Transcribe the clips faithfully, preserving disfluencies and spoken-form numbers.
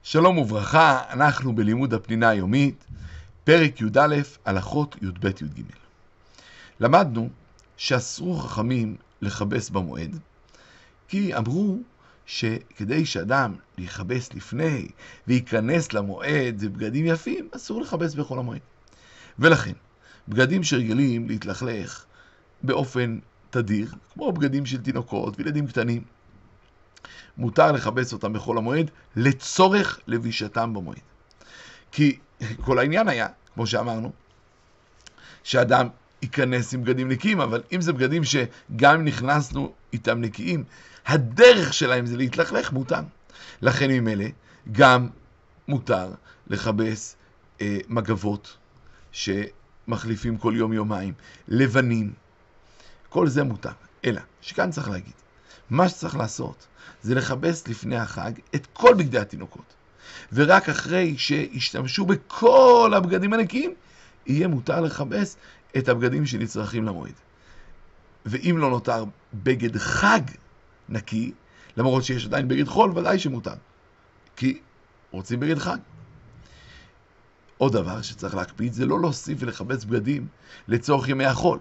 שלום וברכה, אנחנו בלימוד הפנינה היומית, פרק י"א, הלכות י"ב י"ג. למדנו שאסרו חכמים לכבס במועד, כי אמרו שכדי שאדם יכבס לפני וייכנס למועד בבגדים יפים, אסור לכבס בכל המועד. ולכן, בגדים שרגילים להתלכלך באופן תדיר, כמו בגדים של תינוקות וילדים קטנים, מותר לכבס אותם בכל המועד לצורך לבישתם במועד. כי כל העניין היה, כמו שאמרנו, שאדם ייכנס עם בגדים נקיים, אבל אם זה בגדים שגם אם נכנסנו איתם נקיים, הדרך שלהם זה להתלכלך, מותר. לכן ממילא גם מותר לכבס אה, מגבות שמחליפים כל יום יומיים, לבנים, כל זה מותר. אלא שכאן צריך להגיד, מה שצריך לעשות זה לכבס לפני החג את כל בגדי התינוקות. ורק אחרי שישתמשו בכל הבגדים הנקיים, יהיה מותר לכבס את הבגדים שנצרכים למועד. ואם לא נותר בגד חג נקי, למרות שיש עדיין בגד חול, ודאי שמותר. כי רוצים בגד חג. עוד דבר שצריך להקפיד זה לא להוסיף ולכבס בגדים לצורך ימי החול.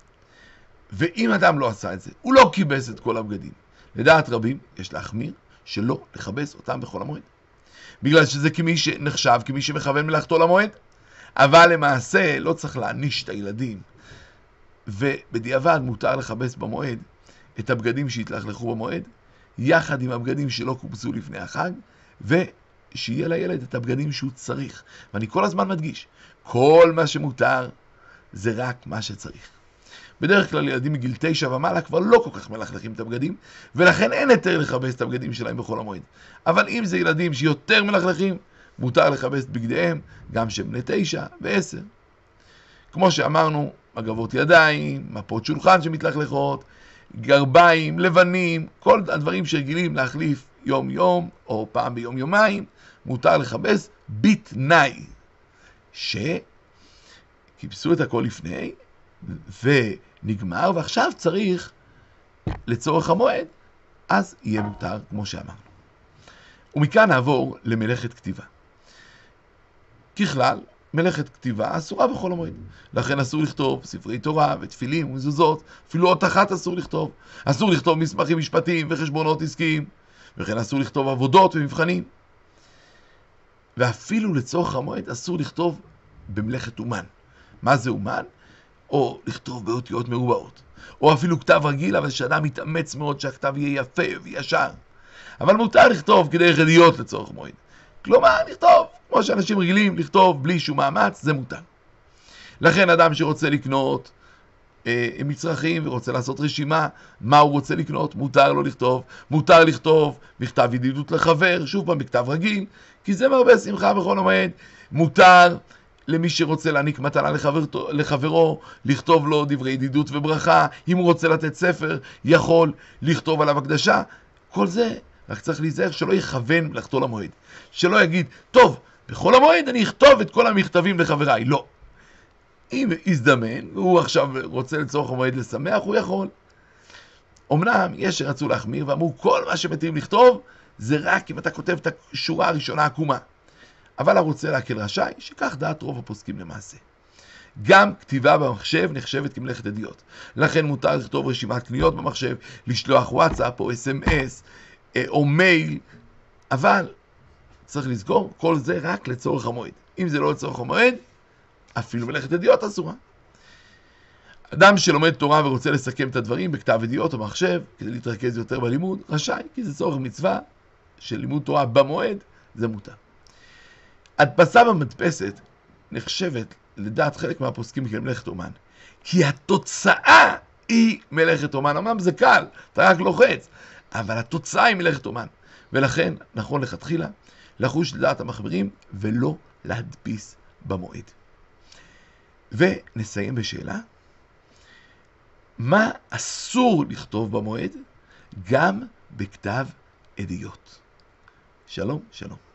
ואם אדם לא עשה את זה, הוא לא כיבס את כל הבגדים. לדעת רבים, יש להחמיר שלא לכבס אותם בכל המועד. בגלל שזה כמי שנחשב, כמי שמכוון מלאכתו למועד. אבל למעשה לא צריך להעניש את הילדים. ובדיעבד מותר לכבס במועד את הבגדים שהתלכלכו במועד, יחד עם הבגדים שלא קובסו לפני החג, ושיהיה לילד את הבגדים שהוא צריך. ואני כל הזמן מדגיש, כל מה שמותר זה רק מה שצריך. בדרך כלל ילדים מגיל תשע ומעלה כבר לא כל כך מלכלכים את הבגדים, ולכן אין יותר לכבס את הבגדים שלהם בכל המועד. אבל אם זה ילדים שיותר מלכלכים, מותר לכבס את בגדיהם, גם שבני תשע ועשר. כמו שאמרנו, מגבות ידיים, מפות שולחן שמתלכלכות, גרביים, לבנים, כל הדברים שרגילים להחליף יום יום, או פעם ביום יומיים, מותר לכבס בתנאי, שכיבסו את הכל לפני, ונגמר, ועכשיו צריך לצורך המועד, אז יהיה מותר, כמו שאמרנו. ומכאן נעבור למלאכת כתיבה. ככלל, מלאכת כתיבה אסורה בכל המועד. לכן אסור לכתוב ספרי תורה ותפילים ומזוזות, אפילו אות אחת אסור לכתוב. אסור לכתוב מסמכים משפטיים וחשבונות עסקיים, וכן אסור לכתוב עבודות ומבחנים. ואפילו לצורך המועד אסור לכתוב במלאכת אומן. מה זה אומן? או לכתוב באותיות מרובעות. או אפילו כתב רגיל, אבל שאדם מתאמץ מאוד שהכתב יהיה יפה וישר. אבל מותר לכתוב כדי ידיעות לצורך מועד. כלומר, לכתוב, כמו שאנשים רגילים, לכתוב בלי שום מאמץ, זה מותר. לכן אדם שרוצה לקנות אה, מצרכים ורוצה לעשות רשימה, מה הוא רוצה לקנות, מותר לו לכתוב. מותר לכתוב בכתב ידידות לחבר, שוב פעם בכתב רגיל, כי זה מרבה שמחה בכל המועד. מותר למי שרוצה להעניק מתנה לחבר, לחברו, לכתוב לו דברי ידידות וברכה. אם הוא רוצה לתת ספר, יכול לכתוב עליו הקדשה. כל זה רק צריך להיזהר שלא יכוון מלאכתו למועד. שלא יגיד, טוב, בכל המועד אני אכתוב את כל המכתבים לחבריי. לא. אם יזדמן, והוא עכשיו רוצה לצורך המועד לשמח, הוא יכול. אמנם יש שרצו להחמיר ואמרו, כל מה שמתאים לכתוב, זה רק אם אתה כותב את השורה הראשונה העקומה. אבל הרוצה להקל רשאי, שכך דעת רוב הפוסקים למעשה. גם כתיבה במחשב נחשבת כמלאכת ידיעות. לכן מותר לכתוב רשימת קניות במחשב, לשלוח וואטסאפ או אס אם אס או מייל, אבל צריך לזכור, כל זה רק לצורך המועד. אם זה לא לצורך המועד, אפילו מלאכת ידיעות אסורה. אדם שלומד תורה ורוצה לסכם את הדברים בכתב ידיעות או מחשב, כדי להתרכז יותר בלימוד, רשאי, כי זה צורך מצווה של לימוד תורה במועד, זה מותר. הדפסה במדפסת נחשבת לדעת חלק מהפוסקים כמלאכת אומן, כי התוצאה היא מלאכת אומן. אמנם זה קל, אתה רק לוחץ, אבל התוצאה היא מלאכת אומן. ולכן נכון לכתחילה לחוש לדעת המחברים ולא להדפיס במועד. ונסיים בשאלה, מה אסור לכתוב במועד גם בכתב עדיות? שלום, שלום.